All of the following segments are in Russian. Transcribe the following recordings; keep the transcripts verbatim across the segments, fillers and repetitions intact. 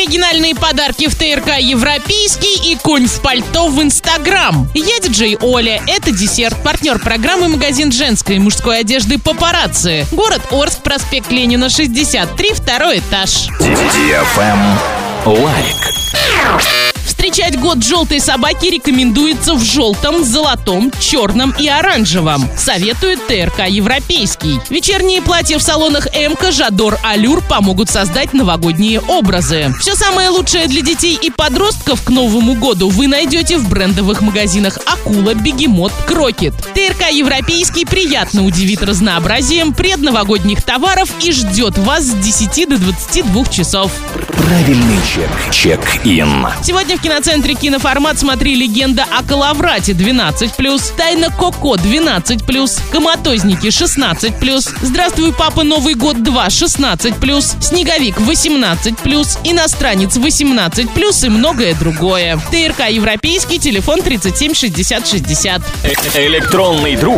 Оригинальные подарки в ТРК «Европейский» и конь в пальто в Инстаграм. Я диджей Оля. Это десерт. Партнер программы — магазин женской и мужской одежды «Папарацци». Город Орск, проспект Ленина, шестьдесят три, второй этаж. Лайк. Встречать год желтой собаки рекомендуется в желтом, золотом, черном и оранжевом. Советует ТРК «Европейский». Вечерние платья в салонах «Эмка», «Жадор», «Алюр» помогут создать новогодние образы. Все самое лучшее для детей и подростков к Новому году вы найдете в брендовых магазинах «Акула», «Бегемот», «Крокет». ТРК «Европейский» приятно удивит разнообразием предновогодних товаров и ждет вас с десяти до двадцати двух часов. Правильный чек. Чек-ин. Сегодня в киноцентре «Киноформат» смотри «Легенда о Коловрате» двенадцать плюс, «Тайна Коко» двенадцать плюс, «Коматозники» шестнадцать плюс, «Здравствуй, папа, Новый год два» шестнадцать плюс, «Снеговик» восемнадцать плюс, «Иностранец» восемнадцать плюс и многое другое. ТРК «Европейский», телефон тридцать семь шестьдесят шестьдесят. Электронный друг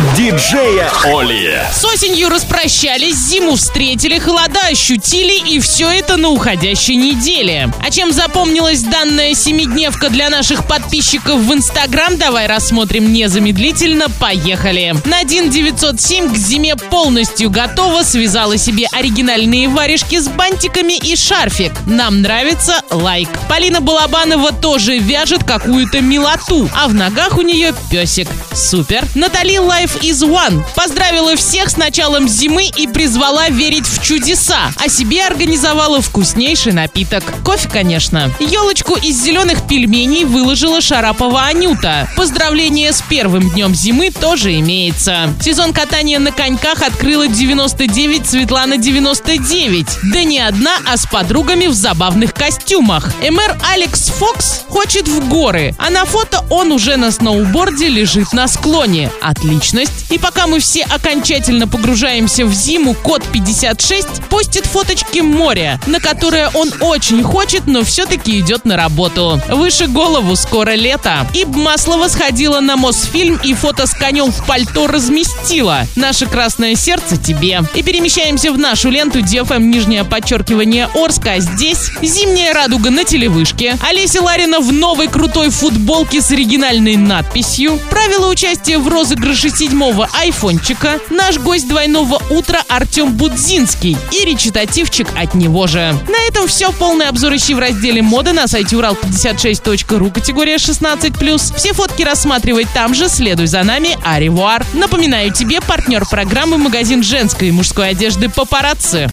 диджея Оли. С осенью распрощались, зиму встретили, холода ощутили, и все это на уходящей неделе. А чем запомнилась данная семидневка для наших подписчиков в Инстаграм, давай рассмотрим незамедлительно. Поехали! Надин девятьсот семь к зиме полностью готова, связала себе оригинальные варежки с бантиками и шарфик. Нам нравится, лайк. Полина Балабанова тоже вяжет какую-то милоту, а в ногах у нее песик. Супер! Натали Life is One поздравила всех с началом зимы и призвала верить в чудеса, а себе организовала вкуснейший напиток. Кофе, конечно. Елочку из зеленых пельменей выложила Шарапова Анюта. Поздравление с первым днем зимы тоже имеется. Сезон катания на коньках открыла девяносто девять Светлана девяносто девять. Да не одна, а с подругами в забавных костюмах. МР Алекс Фокс хочет в горы, а на фото он уже на сноуборде лежит на склоне. Отличность. И пока мы все окончательно погружаемся в зиму, кот пятьдесят шесть постит фоточки моря, на которое он очень хочет, но все-таки идет на работу. Выше голову, скоро лето. Иб Маслова сходила на Мосфильм и фото с конем в пальто разместила. Наше красное сердце тебе. И перемещаемся в нашу ленту ди эф эм нижнее подчеркивание Орска. А здесь зимняя радуга на телевышке. Олеся Ларина в новой крутой футболке с оригинальной надписью. Правила участия в розыгрыше седьмого айфончика. Наш гость двойного утра Артем Будзинский. И речитативчик от него же. На этом все. Полный обзор ищи в разделе «Мода» на сайте урал пятьдесят шесть точка ру, категория шестнадцать плюс. Все фотки рассматривай там же, следуй за нами, аревуар. Напоминаю тебе, партнер программы — магазин женской и мужской одежды «Папарацци».